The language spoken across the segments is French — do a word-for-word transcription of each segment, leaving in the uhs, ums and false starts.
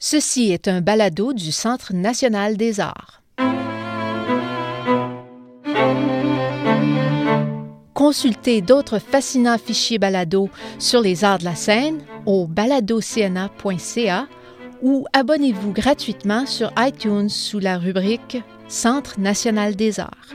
Ceci est un balado du Centre national des arts. Consultez d'autres fascinants fichiers balado sur les arts de la scène au balado c n a point c a ou abonnez-vous gratuitement sur iTunes sous la rubrique Centre national des arts.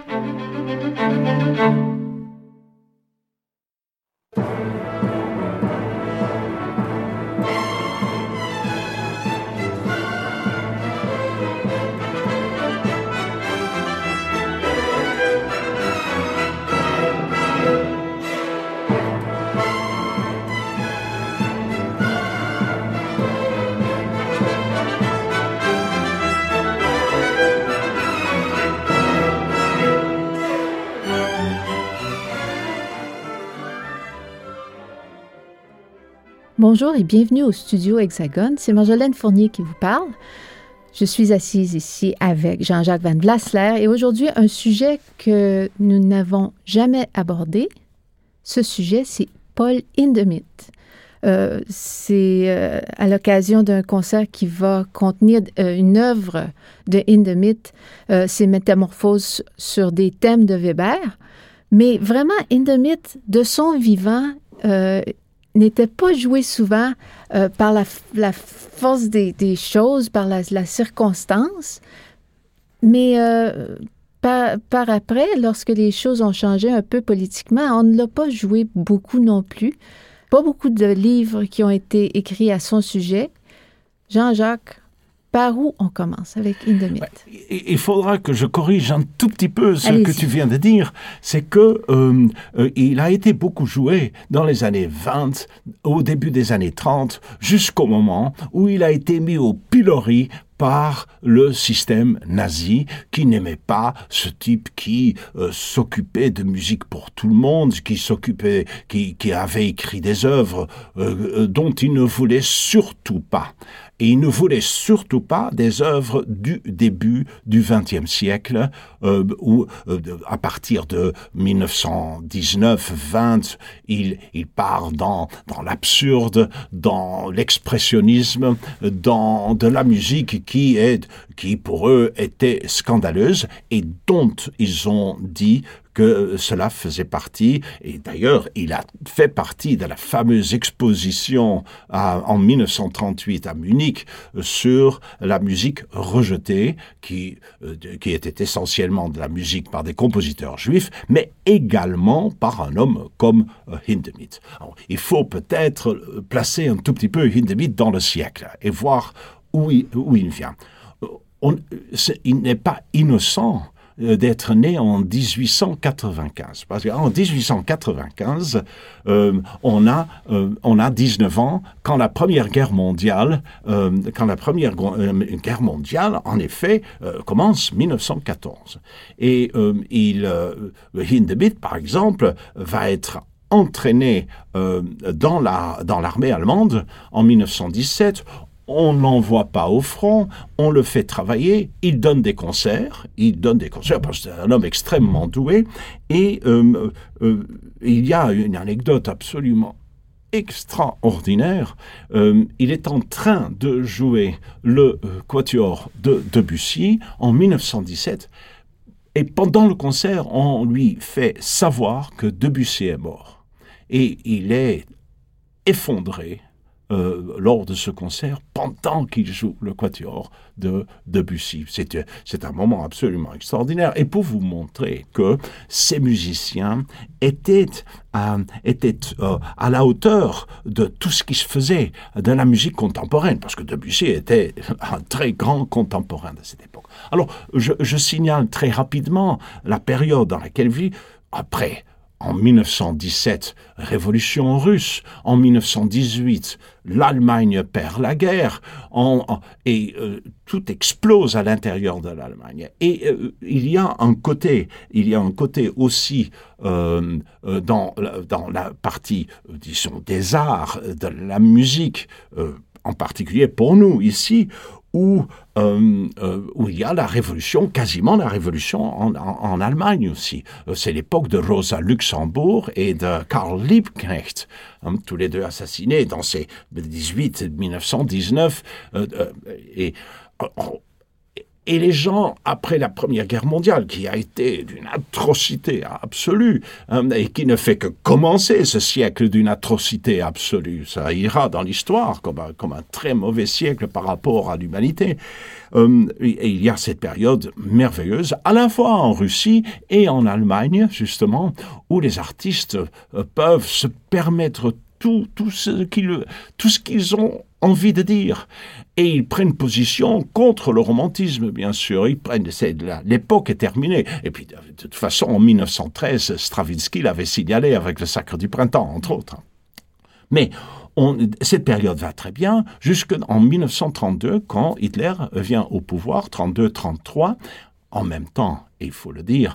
Bonjour et bienvenue au studio Hexagone. C'est Marjolaine Fournier qui vous parle. Je suis assise ici avec Jean-Jacques Van Vlasler et aujourd'hui, un sujet que nous n'avons jamais abordé. Ce sujet, c'est Paul Hindemith. Euh, c'est euh, à l'occasion d'un concert qui va contenir euh, une œuvre de Hindemith, euh, ses métamorphoses sur des thèmes de Weber. Mais vraiment, Hindemith, de son vivant, euh, n'était pas joué souvent euh, par la, la force des, des choses, par la, la circonstance, mais euh, par, par après, lorsque les choses ont changé un peu politiquement, on ne l'a pas joué beaucoup non plus. Pas beaucoup de livres qui ont été écrits à son sujet. Jean-Jacques, par où on commence avec Hindemith? Il faudra que je corrige un tout petit peu ce Allez-y. que tu viens de dire. C'est que euh, euh, il a été beaucoup joué dans les années vingt, au début des années trente, jusqu'au moment où il a été mis au pilori par le système nazi qui n'aimait pas ce type qui euh, s'occupait de musique pour tout le monde, qui s'occupait, qui, qui avait écrit des œuvres euh, dont il ne voulait surtout pas. Et il ne voulait surtout pas des œuvres du début du vingtième siècle, euh, où euh, à partir de dix-neuf cent dix-neuf vingt, il, il part dans, dans l'absurde, dans l'expressionnisme, dans de la musique qui, est, qui pour eux était scandaleuse et dont ils ont dit que cela faisait partie, et d'ailleurs, il a fait partie de la fameuse exposition à, en dix-neuf cent trente-huit à Munich sur la musique rejetée, qui, euh, qui était essentiellement de la musique par des compositeurs juifs, mais également par un homme comme euh, Hindemith. Alors, il faut peut-être placer un tout petit peu Hindemith dans le siècle et voir où il, où il vient. On, il n'est pas innocent d'être né en dix-huit cent quatre-vingt-quinze. Parce qu'en dix-huit cent quatre-vingt-quinze, euh, on a euh, on a dix-neuf ans quand la Première Guerre mondiale, euh, quand la Première euh, Guerre mondiale, en effet, euh, commence dix-neuf cent quatorze. Et euh, il, euh, Hindemith, par exemple, va être entraîné euh, dans la dans l'armée allemande en dix-neuf cent dix-sept. On ne l'envoie pas au front, on le fait travailler, il donne des concerts, il donne des concerts parce que c'est un homme extrêmement doué, et euh, euh, il y a une anecdote absolument extraordinaire. Euh, il est en train de jouer le euh, quatuor de Debussy en dix-neuf cent dix-sept, et pendant le concert, on lui fait savoir que Debussy est mort. Et il est effondré Euh, lors de ce concert, pendant qu'il joue le quatuor de Debussy. C'est, c'est un moment absolument extraordinaire. Et pour vous montrer que ces musiciens étaient, euh, étaient euh, à la hauteur de tout ce qui se faisait de la musique contemporaine, parce que Debussy était un très grand contemporain de cette époque. Alors, je, je signale très rapidement la période dans laquelle il vit. Après, en dix-neuf cent dix-sept, révolution russe. En dix-neuf cent dix-huit, l'Allemagne perd la guerre. En, en, et euh, tout explose à l'intérieur de l'Allemagne. Et euh, il y a un côté, il y a un côté aussi euh, euh, dans, dans la partie, euh, disons, des arts, de la musique, euh, en particulier pour nous ici, où, euh, euh, où il y a la révolution, quasiment la révolution en, en, en Allemagne aussi. C'est l'époque de Rosa Luxembourg et de Karl Liebknecht, hein, tous les deux assassinés dans ces dix-huit mille neuf cent dix-neuf. Euh, euh, et, euh, Et les gens, après la Première Guerre mondiale, qui a été d'une atrocité absolue, hein, et qui ne fait que commencer ce siècle d'une atrocité absolue, ça ira dans l'histoire comme un, comme un très mauvais siècle par rapport à l'humanité. Euh, et il y a cette période merveilleuse, à la fois en Russie et en Allemagne, justement, où les artistes euh, peuvent se permettre tout, tout ce qu'ils, tout ce qu'ils ont envie de dire. Et ils prennent position contre le romantisme, bien sûr. Ils prennent, c'est, l'époque est terminée. Et puis, de toute façon, en mille neuf cent treize, Stravinsky l'avait signalé avec le Sacre du Printemps, entre autres. Mais on, cette période va très bien jusqu'en mille neuf cent trente-deux, quand Hitler vient au pouvoir, trente-deux trente-trois. En même temps, il faut le dire,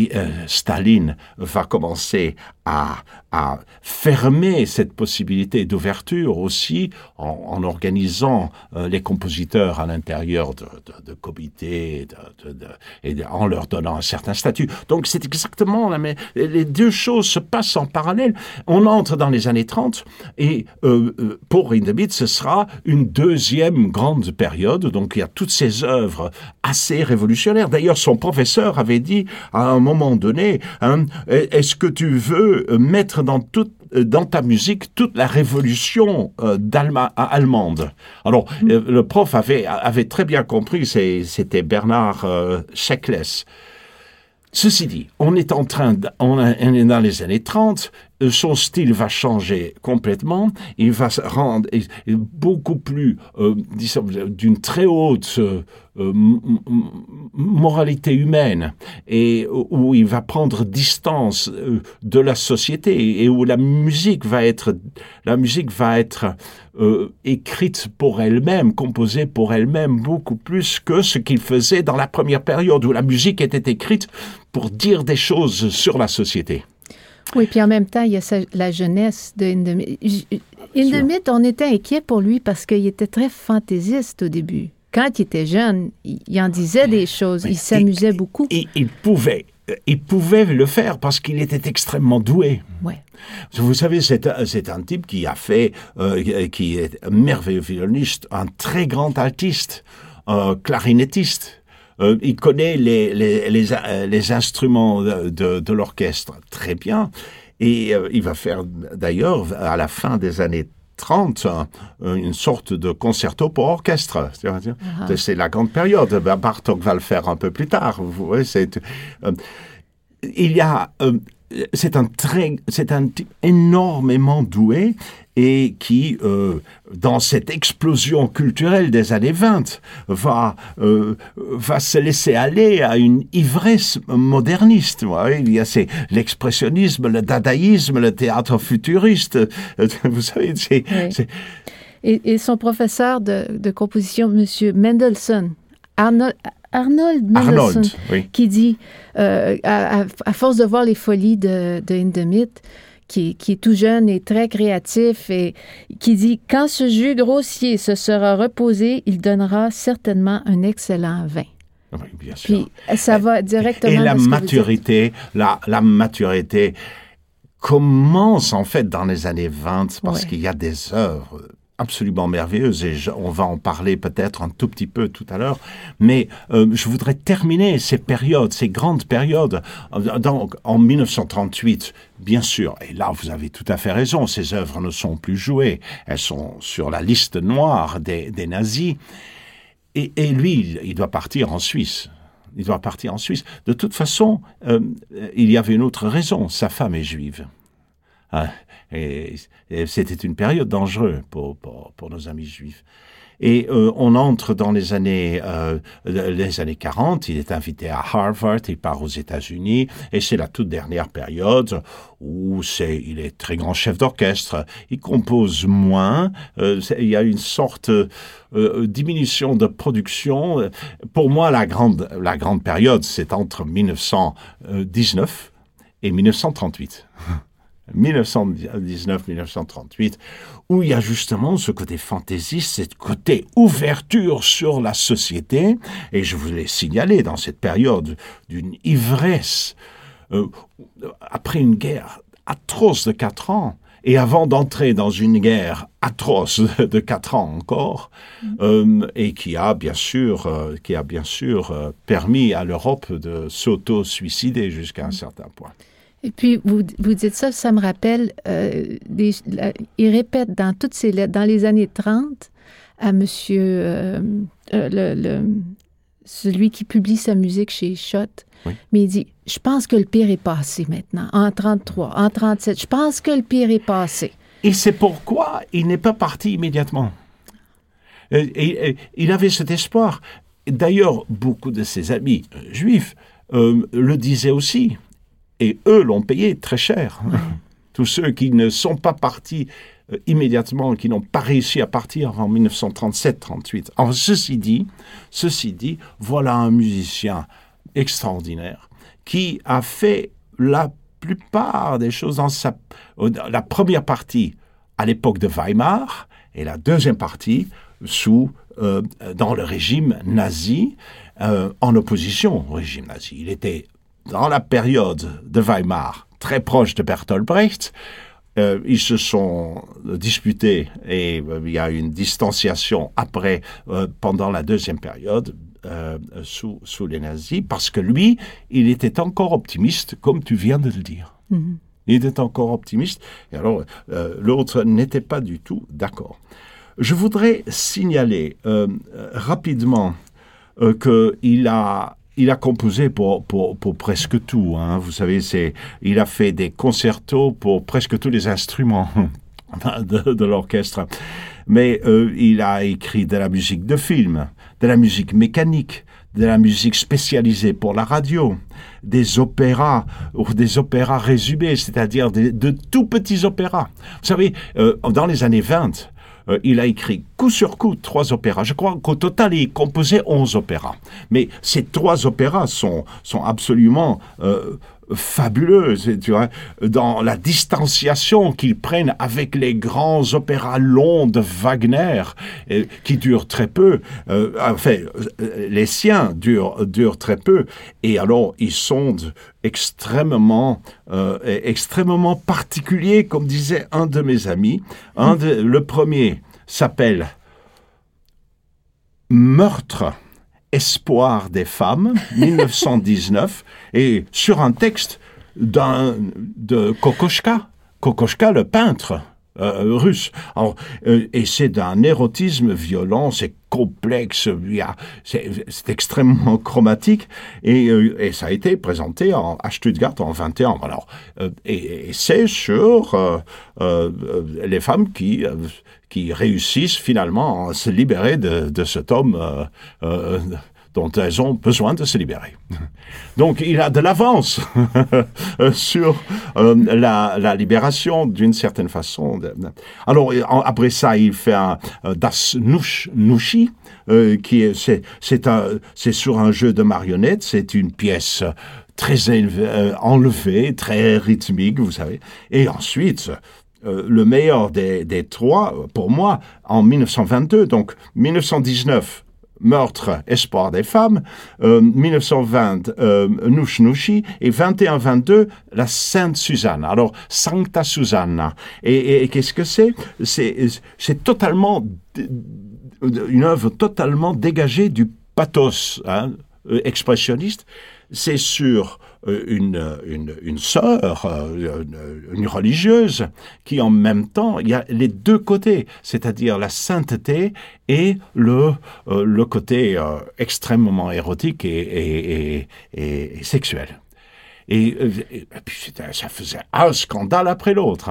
Staline va commencer à, à fermer cette possibilité d'ouverture aussi en, en organisant euh, les compositeurs à l'intérieur de, de, de comités de, de, de, et de, en leur donnant un certain statut. Donc c'est exactement la même. Les deux choses se passent en parallèle. On entre dans les années trente et euh, pour In the Mid, ce sera une deuxième grande période. Donc il y a toutes ces œuvres assez révolutionnaires. D'ailleurs, son professeur avait dit à un moment donné, hein, est-ce que tu veux mettre dans toute dans ta musique toute la révolution euh, d'Allema- allemande. Alors, mmh. euh, le prof avait, avait très bien compris, c'est, c'était Bernard euh, Scheckless. Ceci dit, on est en train, de, on est dans les années trente, son style va changer complètement, il va se rendre beaucoup plus, euh, disons, d'une très haute euh, m- m- moralité humaine, et où il va prendre distance euh, de la société, et où la musique va être, la musique va être euh, écrite pour elle-même, composée pour elle-même, beaucoup plus que ce qu'il faisait dans la première période, où la musique était écrite pour dire des choses sur la société. Oui, puis en même temps, il y a sa, la jeunesse de In the Mid. In the Mid, on était inquiet pour lui parce qu'il était très fantaisiste au début. Quand il était jeune, il, il en disait des choses, il s'amusait et, beaucoup. Et il pouvait, il pouvait le faire parce qu'il était extrêmement doué. Ouais. Vous savez, c'est, c'est un type qui a fait, euh, qui est un merveilleux violoniste, un très grand altiste, un clarinettiste. Euh, il connaît les, les, les, les instruments de, de, de l'orchestre très bien, et euh, il va faire d'ailleurs, à la fin des années trente, une sorte de concerto pour orchestre. Uh-huh. C'est la grande période. Bartók va le faire un peu plus tard. Vous voyez, c'est, euh, il y a... Euh, c'est un très, c'est un type énormément doué et qui, euh, dans cette explosion culturelle des années vingt, va, euh, va se laisser aller à une ivresse moderniste. Ouais. Il y a c'est l'expressionnisme, le dadaïsme, le théâtre futuriste. Vous savez, c'est... Oui. c'est... Et, et son professeur de, de composition, M. Mendelssohn, Arnold... Arnold Mendelssohn, Arnold, oui. qui dit, euh, à, à, à force de voir les folies de, de In the Mid, qui, qui est tout jeune et très créatif, et qui dit, quand ce jus grossier se sera reposé, il donnera certainement un excellent vin. Oui, bien sûr. Puis ça va directement... Et la de ce maturité, la, la maturité commence en fait dans les années vingt, parce ouais. qu'il y a des œuvres absolument merveilleuse, et je, on va en parler peut-être un tout petit peu tout à l'heure, mais euh, je voudrais terminer ces périodes, ces grandes périodes. Donc, en mille neuf cent trente-huit, bien sûr, et là vous avez tout à fait raison, ces œuvres ne sont plus jouées, elles sont sur la liste noire des, des nazis, et, et lui, il, il doit partir en Suisse. Il doit partir en Suisse. De toute façon, euh, il y avait une autre raison, sa femme est juive. Hein? Et, et c'était une période dangereuse pour, pour, pour nos amis juifs. Et euh, on entre dans les années, euh, les années quarante, il est invité à Harvard, il part aux États-Unis, et c'est la toute dernière période où c'est, il est très grand chef d'orchestre, il compose moins, euh, il y a une sorte de euh, diminution de production. Pour moi, la grande, la grande période, c'est entre mille neuf cent dix-neuf et mille neuf cent trente-huit. mille neuf cent dix-neuf mille neuf cent trente-huit, où il y a justement ce côté fantaisiste, ce côté ouverture sur la société. Et je voulais signaler dans cette période d'une ivresse, euh, après une guerre atroce de quatre ans, et avant d'entrer dans une guerre atroce de quatre ans encore, euh, et qui a bien sûr, euh, qui a bien sûr euh, permis à l'Europe de s'auto-suicider jusqu'à un certain point. Et puis, vous, vous dites ça, ça me rappelle, euh, des, la, il répète dans toutes ses lettres, dans les années trente, à monsieur, euh, euh, le, le, celui qui publie sa musique chez Schott, oui. Mais il dit, je pense que le pire est passé maintenant, en trente-trois, en trente-sept, je pense que le pire est passé. Et c'est pourquoi il n'est pas parti immédiatement. Et, et, et, il avait cet espoir. D'ailleurs, beaucoup de ses amis euh, juifs euh, le disaient aussi. Et eux l'ont payé très cher. Ouais. Tous ceux qui ne sont pas partis euh, immédiatement, qui n'ont pas réussi à partir en dix-neuf cent trente-sept trente-huit. Alors, ceci dit, ceci dit, voilà un musicien extraordinaire qui a fait la plupart des choses dans sa, la première partie à l'époque de Weimar et la deuxième partie sous, euh, dans le régime nazi, euh, en opposition au régime nazi. Il était dans la période de Weimar très proche de Bertolt Brecht. Euh, ils se sont disputés et euh, il y a une distanciation après, euh, pendant la deuxième période, euh, sous, sous les nazis, parce que lui, il était encore optimiste, comme tu viens de le dire. Mm-hmm. Il était encore optimiste, et alors euh, l'autre n'était pas du tout d'accord. Je voudrais signaler euh, rapidement euh, qu'il a... Il a composé pour, pour, pour presque tout. Hein. Vous savez, c'est, il a fait des concertos pour presque tous les instruments de, de l'orchestre. Mais euh, il a écrit de la musique de film, de la musique mécanique, de la musique spécialisée pour la radio, des opéras ou des opéras résumés, c'est-à-dire de, de tout petits opéras. Vous savez, euh, dans les années vingt, Euh, il a écrit coup sur coup trois opéras. Je crois qu'au total, il composait onze opéras. Mais ces trois opéras sont, sont absolument euh, fabuleux, tu vois, dans la distanciation qu'ils prennent avec les grands opéras longs de Wagner, euh, qui durent très peu. Euh, enfin, les siens durent, durent très peu. Et alors, ils sont extrêmement, euh, extrêmement particuliers, comme disait un de mes amis. Un de, le premier s'appelle Meurtre, espoir des femmes, dix-neuf cent dix-neuf, et sur un texte d'un, de Kokoschka, Kokoschka le peintre euh, russe. Alors, euh, et c'est d'un érotisme violent, c'est complexe, il y a, c'est, c'est extrêmement chromatique, et, euh, et ça a été présenté en, à Stuttgart en vingt et un. Alors, euh, et, et c'est sur euh, euh, les femmes qui... Euh, qui réussissent finalement à se libérer de, de cet homme euh, euh, dont elles ont besoin de se libérer. Donc, il a de l'avance sur euh, la, la libération d'une certaine façon. Alors, après ça, il fait un euh, Das Nushi, euh, qui est, c'est, c'est, un, c'est sur un jeu de marionnettes, c'est une pièce très élevé, euh, enlevée, très rythmique, vous savez. Et ensuite... Euh, le meilleur des, des trois, pour moi, en dix-neuf cent vingt-deux, donc dix-neuf cent dix-neuf, Meurtre, espoir des femmes, euh, dix-neuf cent vingt, euh, Nush Nushi, et vingt et un vingt-deux, la Sainte Suzanne. Alors, Sancta Susanna. Et, et, et qu'est-ce que c'est? C'est, c'est totalement, une œuvre totalement dégagée du pathos, hein, expressionniste. C'est sur une, une, une sœur, une, une religieuse, qui en même temps, il y a les deux côtés, c'est-à-dire la sainteté et le, euh, le côté euh, extrêmement érotique et, et, et, et, et sexuel. Et, et, et puis ça faisait un scandale après l'autre.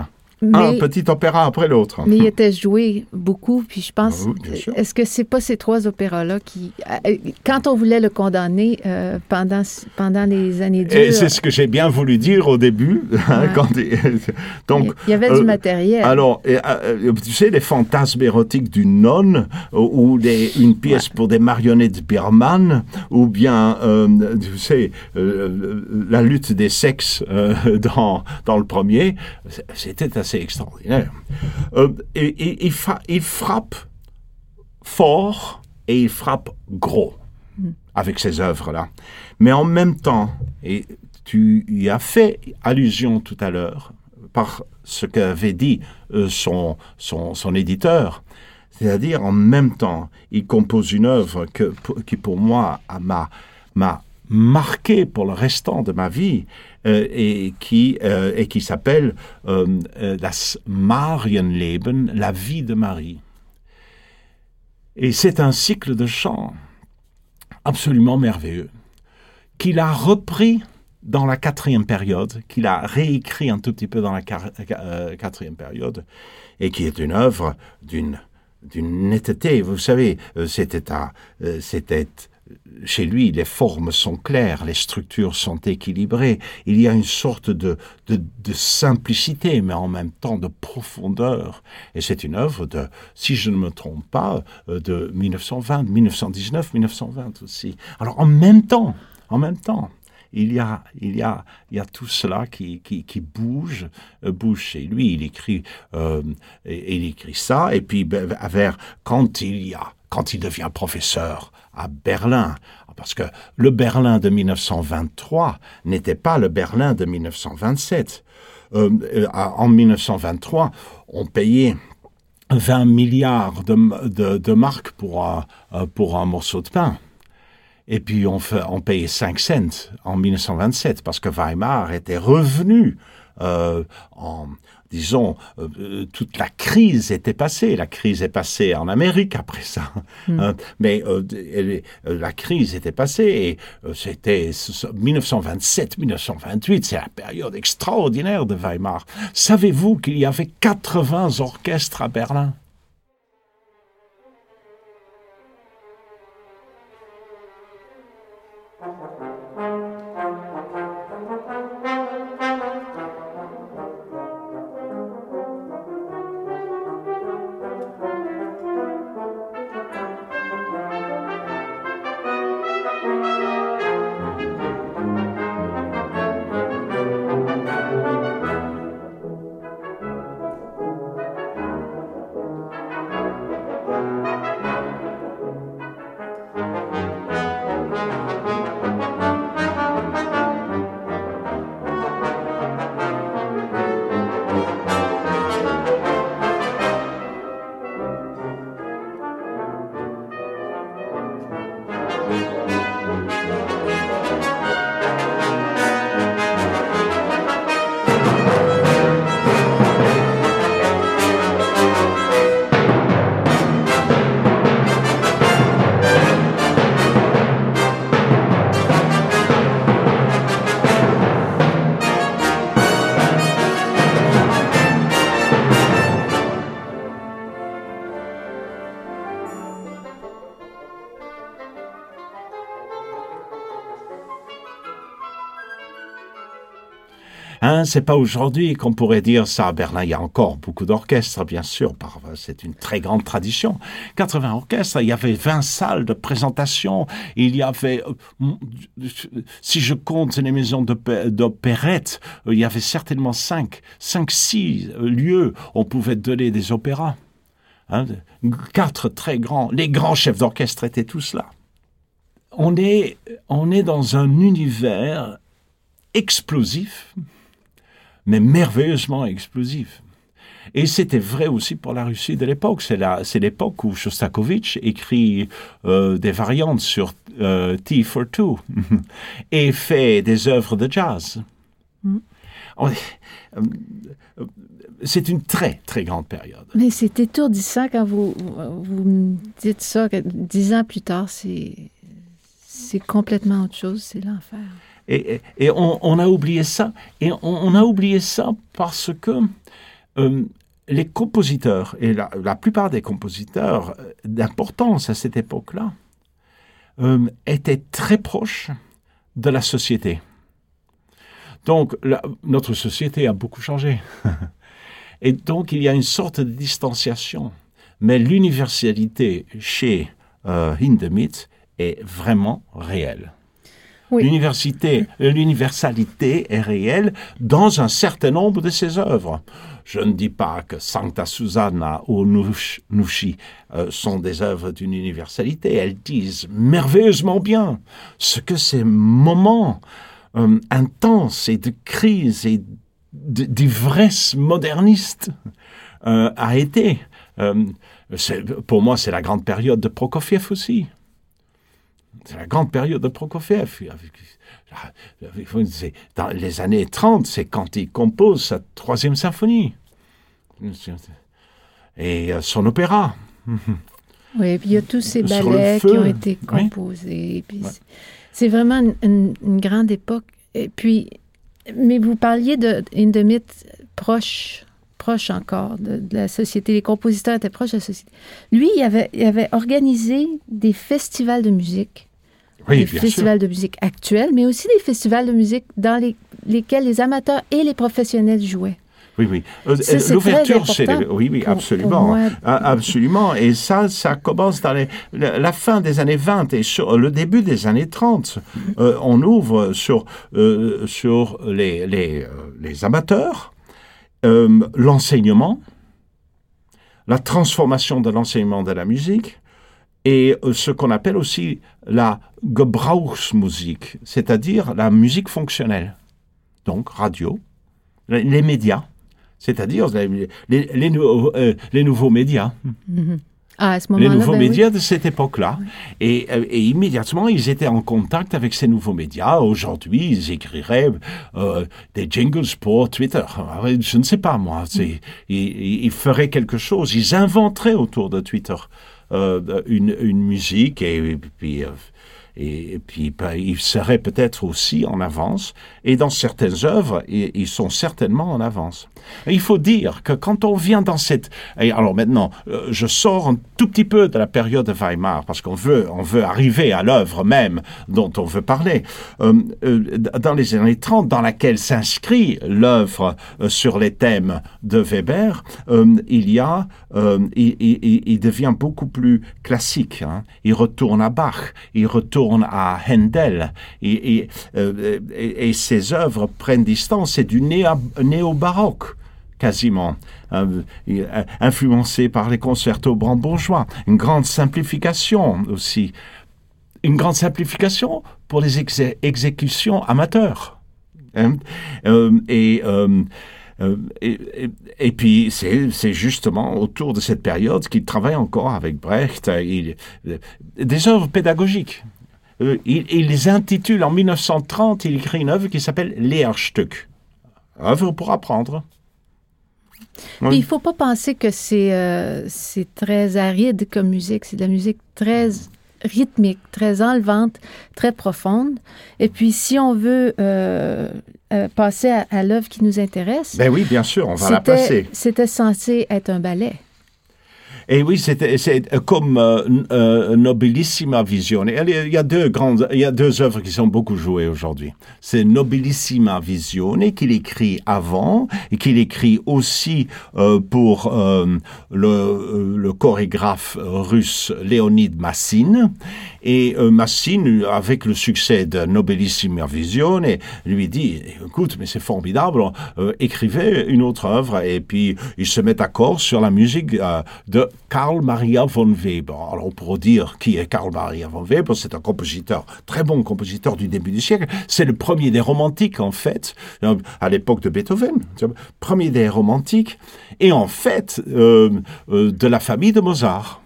Mais, un petit opéra après l'autre. Mais il était joué beaucoup, puis je pense, Oui, bien sûr. est-ce que c'est pas ces trois opéras-là qui, quand on voulait le condamner euh, pendant, pendant les années dures... Et c'est ce que j'ai bien voulu dire au début. Hein, Ouais. quand, donc, il y avait euh, du matériel. Alors, et, euh, tu sais, les fantasmes érotiques d'une nonne, euh, ou des, une pièce ouais. pour des marionnettes birmanes, ou bien, euh, tu sais, euh, la lutte des sexes euh, dans, dans le premier, c'était assez extraordinaire. Euh, et, et, il, fa- il frappe fort et il frappe gros mm. avec ces œuvres-là. Mais en même temps, et tu y as fait allusion tout à l'heure par ce qu'avait dit euh, son, son, son éditeur, c'est-à-dire en même temps, il compose une œuvre que, qui pour moi m'a, m'a marqué pour le restant de ma vie, euh, et qui, euh, et qui s'appelle euh, euh, Das Marienleben, la vie de Marie. Et c'est un cycle de chants absolument merveilleux, qu'il a repris dans la quatrième période, qu'il a réécrit un tout petit peu dans la car- euh, quatrième période, et qui est une œuvre d'une, d'une netteté. Vous savez, euh, c'était, un, euh, c'était chez lui, les formes sont claires, les structures sont équilibrées. Il y a une sorte de, de, de simplicité, mais en même temps de profondeur. Et c'est une œuvre de, si je ne me trompe pas, de dix-neuf cent vingt, dix-neuf cent dix-neuf, dix-neuf cent vingt aussi. Alors en même temps, en même temps, il y a, il y a, il y a tout cela qui, qui, qui bouge, euh, bouge chez lui. Il écrit, euh, et, il écrit ça, et puis vers quand il y a, quand il devient professeur à Berlin, parce que le Berlin de dix-neuf cent vingt-trois n'était pas le Berlin de dix-neuf cent vingt-sept. Euh, en dix-neuf cent vingt-trois, on payait vingt milliards de, de, de marques pour un, pour un morceau de pain. Et puis on, fait, on payait cinq cents en dix-neuf cent vingt-sept parce que Weimar était revenu euh, en, disons, euh, toute la crise était passée. La crise est passée en Amérique après ça. Mm. Euh, mais euh, elle, la crise était passée et euh, c'était dix-neuf cent vingt-sept dix-neuf cent vingt-huit, c'est la période extraordinaire de Weimar. Savez-vous qu'il y avait quatre-vingts orchestres à Berlin ? Hein, c'est pas aujourd'hui qu'on pourrait dire ça. À Berlin, il y a encore beaucoup d'orchestres, bien sûr. C'est une très grande tradition. quatre-vingts orchestres, il y avait vingt salles de présentation. Il y avait, si je compte les maisons d'opérette, il y avait certainement cinq, cinq, six lieux où on pouvait donner des opéras. Hein, quatre très grands. Les grands chefs d'orchestre étaient tous là. On est, on est dans un univers explosif, mais merveilleusement explosif. Et c'était vrai aussi pour la Russie de l'époque. C'est, la, c'est l'époque où Shostakovich écrit euh, des variantes sur euh, Tea for Two et fait des œuvres de jazz. Mm. C'est une très, très grande période. Mais c'est étourdissant quand vous, vous me dites ça, que dix ans plus tard, c'est, c'est complètement autre chose, c'est l'enfer. Et, et, et on, on a oublié ça. Et on, on a oublié ça parce que euh, les compositeurs, et la, la plupart des compositeurs d'importance à cette époque-là, euh, étaient très proches de la société. Donc, la, notre société a beaucoup changé. Et donc, il y a une sorte de distanciation. Mais l'universalité chez euh, Hindemith est vraiment réelle. Oui. L'université, l'universalité est réelle dans un certain nombre de ses œuvres. Je ne dis pas que Sancta Susanna ou Nushi euh, sont des œuvres d'une universalité. Elles disent merveilleusement bien ce que ces moments euh, intenses et de crise et d'ivresse moderniste euh, a été. Euh, pour moi, c'est la grande période de Prokofiev aussi. C'est la grande période de Prokofiev. Dans les années trente, c'est quand il compose sa troisième symphonie et son opéra. Oui, et puis il y a tous ces ballets qui ont été composés. Oui. Puis ouais. c'est, c'est vraiment une, une, une grande époque. Et puis, mais vous parliez de Hindemith proche, proche encore de, de la société. Les compositeurs étaient proches de la société. Lui, il avait, il avait organisé des festivals de musique. Oui, des festivals sûr. de musique actuels, mais aussi des festivals de musique dans les, lesquels les amateurs et les professionnels jouaient. Oui, oui. Euh, ça, c'est L'ouverture, c'est... Les... Oui, oui, pour, absolument. Pour moi... Absolument. Et ça, ça commence dans les, la fin des années vingt et sur le début des années trente. Euh, on ouvre sur, euh, sur les, les, les amateurs, euh, l'enseignement, la transformation de l'enseignement de la musique, et ce qu'on appelle aussi la Gebrauchsmusik, c'est-à-dire la musique fonctionnelle. Donc, radio, les médias, c'est-à-dire les, les, les, nou- euh, les nouveaux médias. Mm-hmm. Ah, à ce moment-là, les nouveaux ben médias oui. de cette époque-là. Oui. Et, et immédiatement, ils étaient en contact avec ces nouveaux médias. Aujourd'hui, ils écriraient euh, des jingles pour Twitter. Je ne sais pas, moi. C'est, ils, ils feraient quelque chose. Ils inventeraient autour de Twitter euh, une, une musique et, et puis... Euh, Et, et puis, ben, ils seraient peut-être aussi en avance. Et dans certaines œuvres, ils, ils sont certainement en avance. Et il faut dire que quand on vient dans cette... Et alors maintenant, euh, je sors un tout petit peu de la période de Weimar, parce qu'on veut, on veut arriver à l'œuvre même dont on veut parler. Euh, euh, dans les années trente, dans laquelle s'inscrit l'œuvre euh, sur les thèmes de Weber, euh, il y a... Euh, il, il, il devient beaucoup plus classique. Hein. Il retourne à Bach, il retourne à Handel, et, et, euh, et, et ses œuvres prennent distance. C'est du néo, néo-baroque, quasiment, euh, influencé par les concertos brandebourgeois. Une grande simplification aussi. Une grande simplification pour les exé- exécutions amateurs. Hein? Euh, et... Euh, Euh, et, et, et puis, c'est, c'est justement autour de cette période qu'il travaille encore avec Brecht, il, des œuvres pédagogiques. Euh, il, il les intitule, en dix-neuf cent trente, il écrit une œuvre qui s'appelle Lehrstück, œuvre pour apprendre. Oui. Puis, il ne faut pas penser que c'est, euh, c'est très aride comme musique, c'est de la musique très rythmique, très enlevante, très profonde. Et puis, si on veut euh, euh, passer à, à l'œuvre qui nous intéresse... Ben oui, bien sûr, on va la passer. C'était censé être un ballet. Et oui, c'est, c'est comme euh, euh, Nobilissima Visione. Il y a deux grandes, il y a deux œuvres qui sont beaucoup jouées aujourd'hui. C'est Nobilissima Visione qu'il écrit avant et qu'il écrit aussi euh, pour euh, le, le chorégraphe russe Léonid Massine. Et euh, Massine, avec le succès de Nobilissima Visione, lui dit « Écoute, mais c'est formidable, euh, écrivez une autre œuvre. » Et puis, ils se mettent d'accord sur la musique euh, de Carl Maria von Weber. Alors, on pourrait dire qui est Carl Maria von Weber. C'est un compositeur, très bon compositeur du début du siècle. C'est le premier des romantiques, en fait, à l'époque de Beethoven. Premier des romantiques. Et en fait, euh, euh, de la famille de Mozart.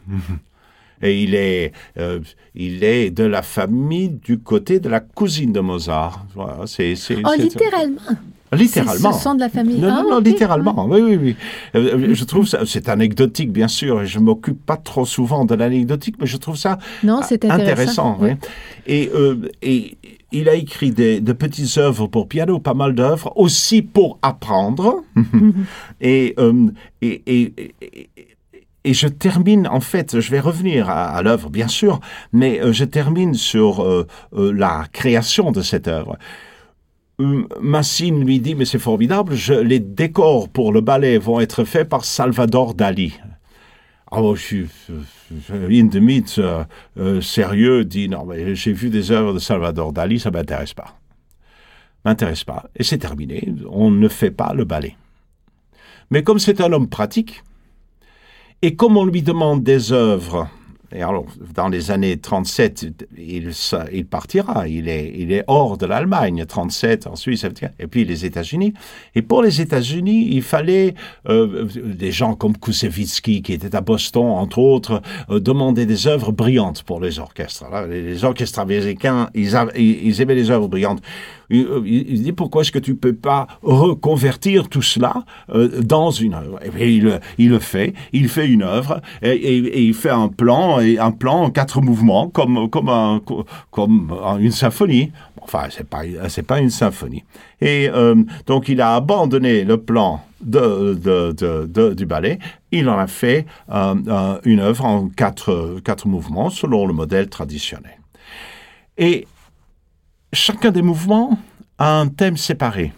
Et il est, euh, il est de la famille du côté de la cousine de Mozart. Voilà, c'est, c'est, oh, c'est, littéralement. Littéralement. Ce sont de la famille. Non, ah, non, non, okay. littéralement. Oui, oui, oui. Euh, je trouve ça, c'est anecdotique, bien sûr, et je m'occupe pas trop souvent de l'anecdotique, mais je trouve ça non, c'est intéressant. intéressant oui. Oui. Et, euh, et il a écrit des, de petites œuvres pour piano, pas mal d'œuvres, aussi pour apprendre. et, euh, et, et, et, et je termine, en fait, je vais revenir à, à l'œuvre, bien sûr, mais euh, je termine sur euh, euh, la création de cette œuvre. Euh, Massine lui dit, mais c'est formidable, je, les décors pour le ballet vont être faits par Salvador Dali. Alors, je suis in the meet, euh, euh, sérieux, dit, non, mais j'ai vu des œuvres de Salvador Dali, ça m'intéresse pas. M'intéresse pas. Et c'est terminé, on ne fait pas le ballet. Mais comme c'est un homme pratique, et comme on lui demande des œuvres, et alors, dans les années trente-sept, il, il partira, il est, il est hors de l'Allemagne, trente-sept, en Suisse, et puis les États-Unis. Et pour les États-Unis, il fallait euh, des gens comme Koussevitzky, qui était à Boston, entre autres, euh, demander des œuvres brillantes pour les orchestres. Alors, les, les orchestres américains, ils, a, ils aimaient les œuvres brillantes. Il, il, il dit, pourquoi est-ce que tu ne peux pas reconvertir tout cela euh, dans une œuvre? Et puis, il, il le fait, il fait une œuvre, et, et, et il fait un plan, et un plan en quatre mouvements, comme, comme, un, comme une symphonie. Enfin, c'est pas, c'est pas une symphonie. Et euh, donc, il a abandonné le plan de, de, de, de, du ballet. Il en a fait euh, euh, une œuvre en quatre, quatre mouvements, selon le modèle traditionnel. Et chacun des mouvements a un thème séparé.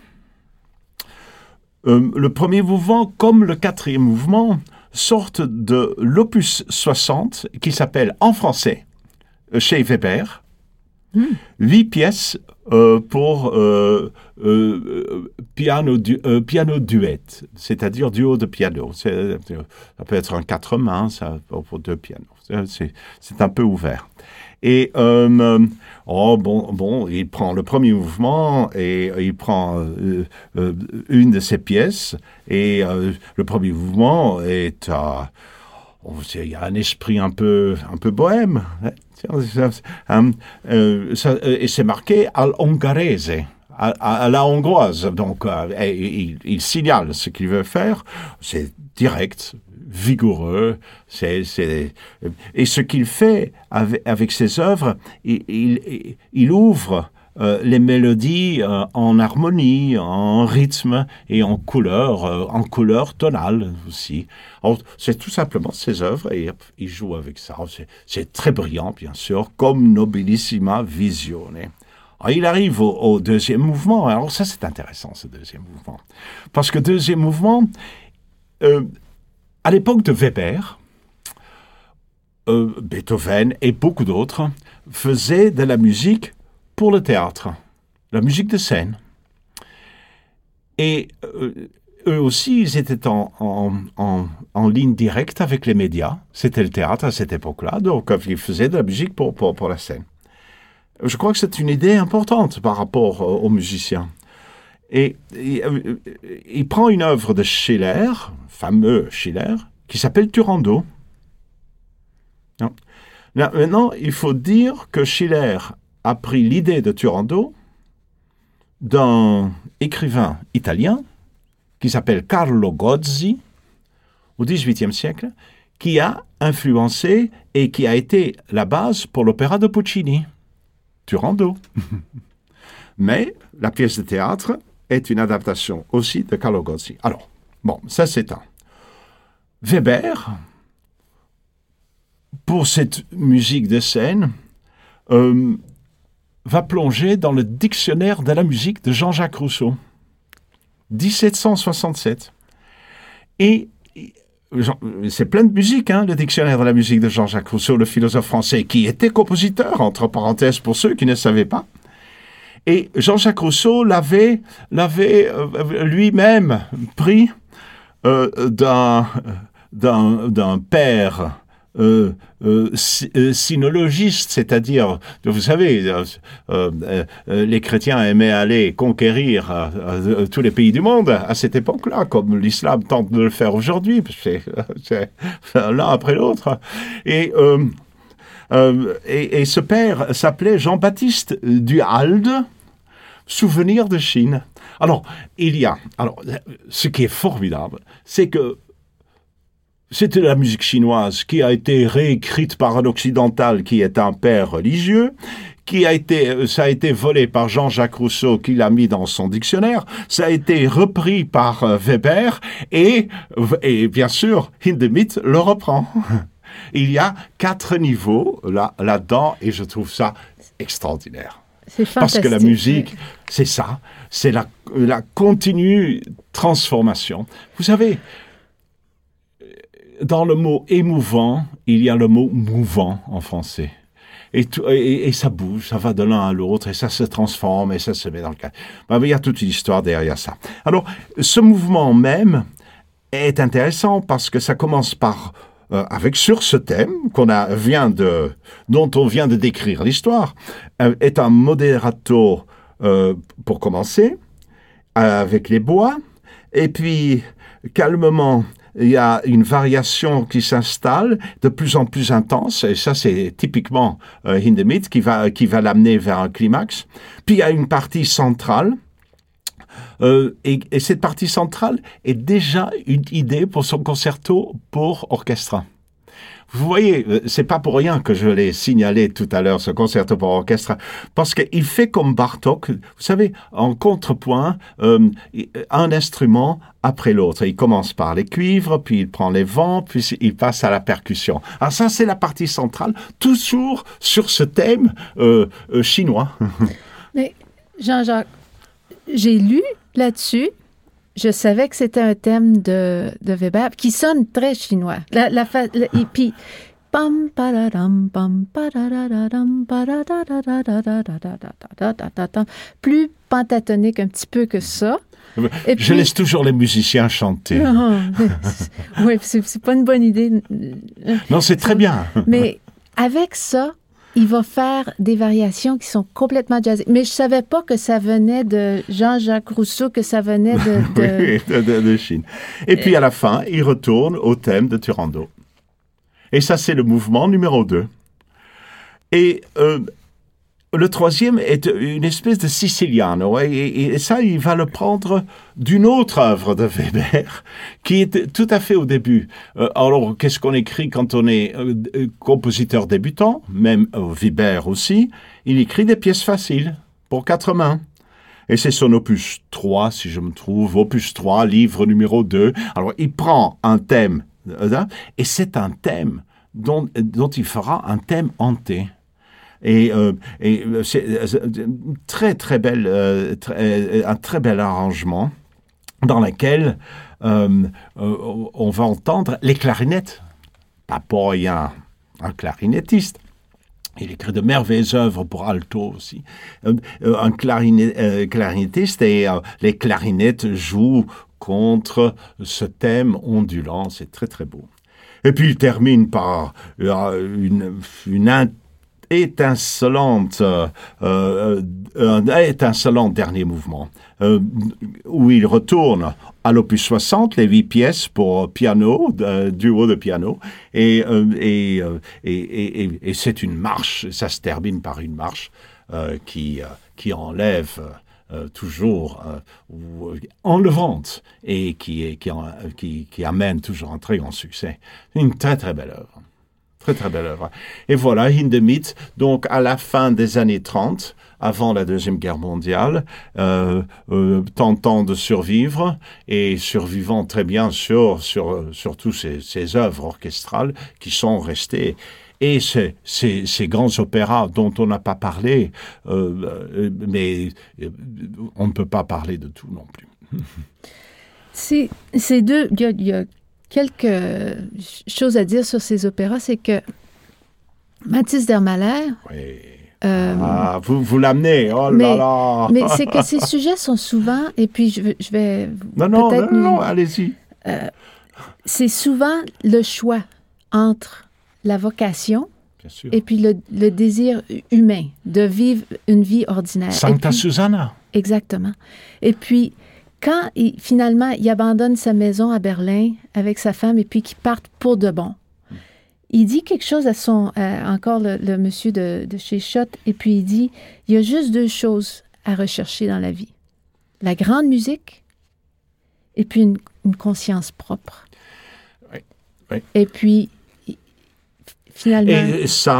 Euh, le premier mouvement, comme le quatrième mouvement, sortent de l'opus soixante, qui s'appelle en français, chez Weber, mm. huit pièces euh, pour euh, euh, piano, du, euh, piano duet, c'est-à-dire duo de piano. C'est, ça peut être un quatre mains, ça, pour deux pianos. C'est, c'est un peu ouvert. Et euh, oh, bon, bon, il prend le premier mouvement et il prend euh, euh, une de ses pièces et euh, le premier mouvement est euh, oh, il y a un esprit un peu un peu bohème, hein, euh, ça, et c'est marqué al hongarese, à, à, à la hongroise. Donc euh, il, il signale ce qu'il veut faire, c'est direct, vigoureux, c'est, c'est... et ce qu'il fait avec, avec ses œuvres, il, il, il ouvre euh, les mélodies euh, en harmonie, en rythme et en couleur, euh, en couleur tonale aussi. Alors, c'est tout simplement ses œuvres et hop, il joue avec ça. C'est, c'est très brillant, bien sûr, comme Nobilissima Visione. Alors, il arrive au, au deuxième mouvement. Alors ça, c'est intéressant, ce deuxième mouvement. Parce que deuxième mouvement... Euh, À l'époque de Weber, euh, Beethoven et beaucoup d'autres faisaient de la musique pour le théâtre, la musique de scène. Et euh, eux aussi, ils étaient en, en, en, en ligne directe avec les médias. C'était le théâtre à cette époque-là, donc ils faisaient de la musique pour, pour, pour la scène. Je crois que c'est une idée importante par rapport aux, aux musiciens. Et il, il prend une œuvre de Schiller, fameux Schiller, qui s'appelle Turandot. Non. Là, maintenant, il faut dire que Schiller a pris l'idée de Turandot d'un écrivain italien qui s'appelle Carlo Gozzi, au dix-huitième siècle, qui a influencé et qui a été la base pour l'opéra de Puccini, Turandot. Mais la pièce de théâtre est une adaptation aussi de Carlo Gozzi. Alors, bon, ça c'est un. Weber, pour cette musique de scène, euh, va plonger dans le dictionnaire de la musique de Jean-Jacques Rousseau, dix-sept cent soixante-sept. Et c'est plein de musique, hein, le dictionnaire de la musique de Jean-Jacques Rousseau, le philosophe français, qui était compositeur, entre parenthèses, pour ceux qui ne savaient pas. Et Jean-Jacques Rousseau l'avait, l'avait euh, lui-même pris euh, d'un, d'un, d'un père euh, euh, sinologiste, c'est-à-dire, vous savez, euh, euh, les chrétiens aimaient aller conquérir euh, euh, tous les pays du monde à cette époque-là, comme l'islam tente de le faire aujourd'hui, c'est, c'est l'un après l'autre. Et... Euh, Euh, et, et ce père s'appelait Jean-Baptiste du Halde, souvenir de Chine. Alors, il y a... Alors, ce qui est formidable, c'est que c'était la musique chinoise qui a été réécrite par un occidental qui est un père religieux, qui a été, ça a été volé par Jean-Jacques Rousseau, qui l'a mis dans son dictionnaire. Ça a été repris par euh, Weber et, et bien sûr, Hindemith le reprend. Il y a quatre niveaux là, là-dedans et je trouve ça extraordinaire. C'est fantastique. Parce que la musique, c'est ça, c'est la, la continue transformation. Vous savez, dans le mot émouvant, il y a le mot mouvant en français. Et, tout, et, et ça bouge, ça va de l'un à l'autre, et ça se transforme, et ça se met dans le cadre. Ben, il y a toute une histoire derrière ça. Alors, ce mouvement même est intéressant parce que ça commence par... Euh, avec sur ce thème qu'on a vient de dont on vient de décrire l'histoire euh, est un moderato euh, pour commencer euh, avec les bois et puis calmement il y a une variation qui s'installe de plus en plus intense et ça c'est typiquement euh, Hindemith qui va qui va l'amener vers un climax. Puis il y a une partie centrale. Euh, et, et cette partie centrale est déjà une idée pour son concerto pour orchestre. Vous voyez, c'est pas pour rien que je l'ai signalé tout à l'heure, ce concerto pour orchestre, parce qu'il fait comme Bartók, vous savez, en contrepoint, euh, un instrument après l'autre. Il commence par les cuivres, puis il prend les vents, puis il passe à la percussion. Alors ça, c'est la partie centrale, toujours sur ce thème euh, euh, chinois. Mais Jean-Jacques, j'ai lu là-dessus, je savais que c'était un thème de, de Weber qui sonne très chinois. La, la fa, la, et puis, pam paradam pam paradadam paradadadadadadadadadadadadadam, plus pentatonique un petit peu que ça. Et je puis, laisse toujours les musiciens chanter. Non, oui, c'est, c'est pas une bonne idée. Non, c'est très bien. Mais avec ça, il va faire des variations qui sont complètement jazzées. Mais je ne savais pas que ça venait de Jean-Jacques Rousseau, que ça venait de... de... oui, de, de, de Chine. Et puis à la fin, il retourne au thème de Turandot. Et ça, c'est le mouvement numéro deux. Et euh, le troisième est une espèce de siciliano. Et, et, et ça, il va le prendre d'une autre œuvre de Weber, qui est tout à fait au début. Euh, alors, qu'est-ce qu'on écrit quand on est euh, compositeur débutant? Même euh, Weber aussi, il écrit des pièces faciles pour quatre mains. Et c'est son opus trois, si je me trouve, opus trois, livre numéro deux. Alors, il prend un thème, euh, et c'est un thème dont, dont il fera un thème hanté. Et, euh, et c'est très très belle, euh, très, un très bel arrangement dans lequel euh, euh, on va entendre les clarinettes. Pas pour rien, un clarinettiste. Il écrit de merveilleuses œuvres pour alto aussi. Euh, un clarinet, euh, clarinettiste et euh, les clarinettes jouent contre ce thème ondulant. C'est très très beau. Et puis il termine par euh, une, une étincelante, euh, euh, un étincelant dernier mouvement, euh, où il retourne à l'opus soixante, les huit pièces pour piano, euh, duo de piano, et, euh, et, euh, et, et, et, et c'est une marche, ça se termine par une marche euh, qui, euh, qui enlève euh, toujours euh, enlevante et qui, qui, qui, qui amène toujours un très grand succès. Une très très belle œuvre. Très, très belle œuvre. Et voilà, Hindemith, donc à la fin des années trente, avant la Deuxième Guerre mondiale, euh, euh, tentant de survivre et survivant très bien sur, sur, sur tous ces, ces œuvres orchestrales qui sont restées. Et ces, ces, ces grands opéras dont on n'a pas parlé, euh, mais on ne peut pas parler de tout non plus. C'est, c'est deux... Il y a, il y a quelques choses à dire sur ces opéras, c'est que Mathis d'Hermaler... Oui. Euh, ah, vous, vous l'amenez, oh mais, là là! Mais c'est que ces sujets sont souvent, et puis je, je vais... Non, non, non, non, non, allez-y. Euh, c'est souvent le choix entre la vocation et puis le, le désir humain de vivre une vie ordinaire. Sancta puis, Susanna. Exactement. Et puis, quand il, finalement, il abandonne sa maison à Berlin avec sa femme et puis qu'il parte pour de bon, il dit quelque chose à son, à, encore le, le monsieur de, de chez Schott, et puis il dit, il y a juste deux choses à rechercher dans la vie. La grande musique et puis une, une conscience propre. Oui, oui. Et puis, finalement... Et ça,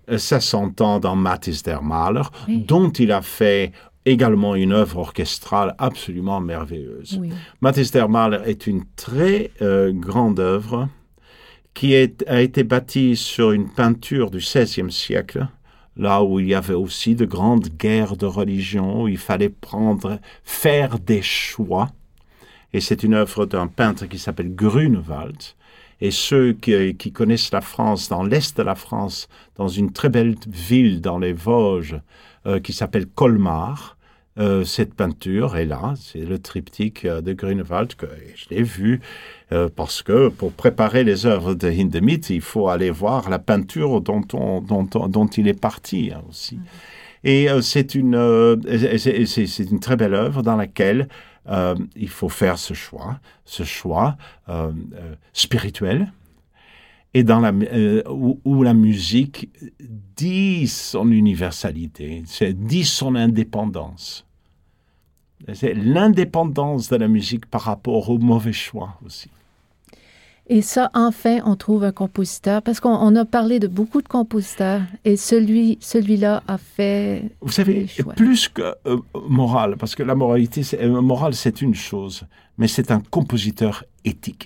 Ça s'entend dans Matthis der Maler, Oui. dont il a fait également une œuvre orchestrale absolument merveilleuse. Oui. Matthis der Maler est une très euh, grande œuvre qui est, a été bâtie sur une peinture du seizième siècle, là où il y avait aussi de grandes guerres de religion, où il fallait prendre, faire des choix. Et c'est une œuvre d'un peintre qui s'appelle Grunewald. Et ceux qui, qui connaissent la France, dans l'est de la France, dans une très belle ville dans les Vosges, euh, qui s'appelle Colmar, euh, cette peinture est là, c'est le triptyque euh, de Grunewald, que je l'ai vu, euh, parce que pour préparer les œuvres de Hindemith, il faut aller voir la peinture dont, on, dont, on, dont il est parti hein, aussi. Mmh. Et euh, c'est, une, euh, c'est, c'est, c'est une très belle œuvre dans laquelle Euh, il faut faire ce choix, ce choix euh, euh, spirituel, et dans la, euh, où, où la musique dit son universalité, c'est, dit son indépendance. C'est l'indépendance de la musique par rapport au mauvais choix aussi. Et ça, enfin, on trouve un compositeur, parce qu'on on a parlé de beaucoup de compositeurs, et celui, celui-là a fait... Vous savez, plus que euh, morale, parce que la moralité, c'est, euh, morale, c'est une chose, mais c'est un compositeur éthique.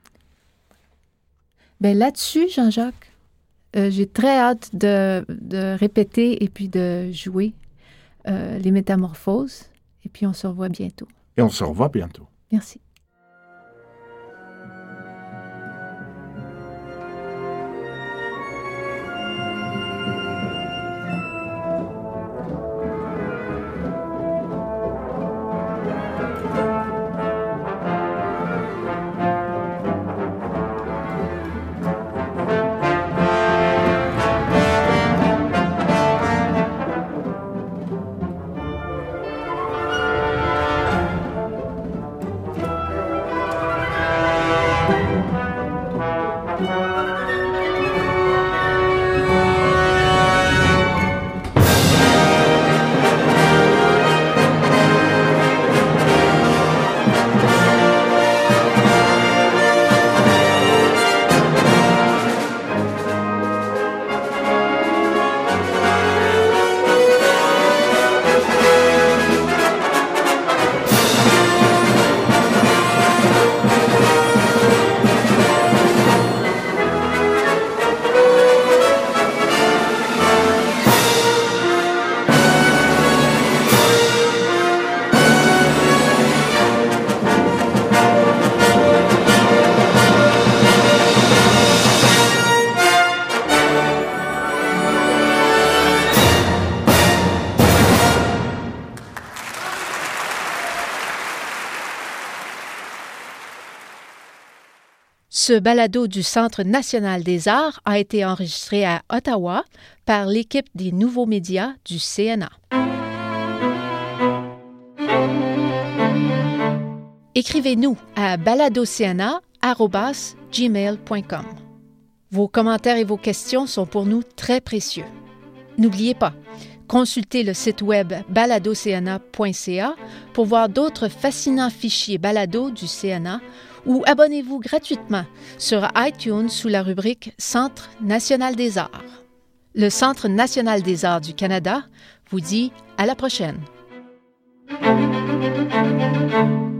Bien, là-dessus, Jean-Jacques, euh, j'ai très hâte de, de répéter et puis de jouer euh, les Métamorphoses, et puis on se revoit bientôt. Et on se revoit bientôt. Merci. Ce balado du Centre national des arts a été enregistré à Ottawa par l'équipe des nouveaux médias du C N A. Écrivez-nous à baladocna arobase gmail point com. Vos commentaires et vos questions sont pour nous très précieux. N'oubliez pas, consultez le site web baladocna point c a pour voir d'autres fascinants fichiers balado du C N A ou abonnez-vous gratuitement sur iTunes sous la rubrique Centre national des arts. Le Centre national des arts du Canada vous dit à la prochaine.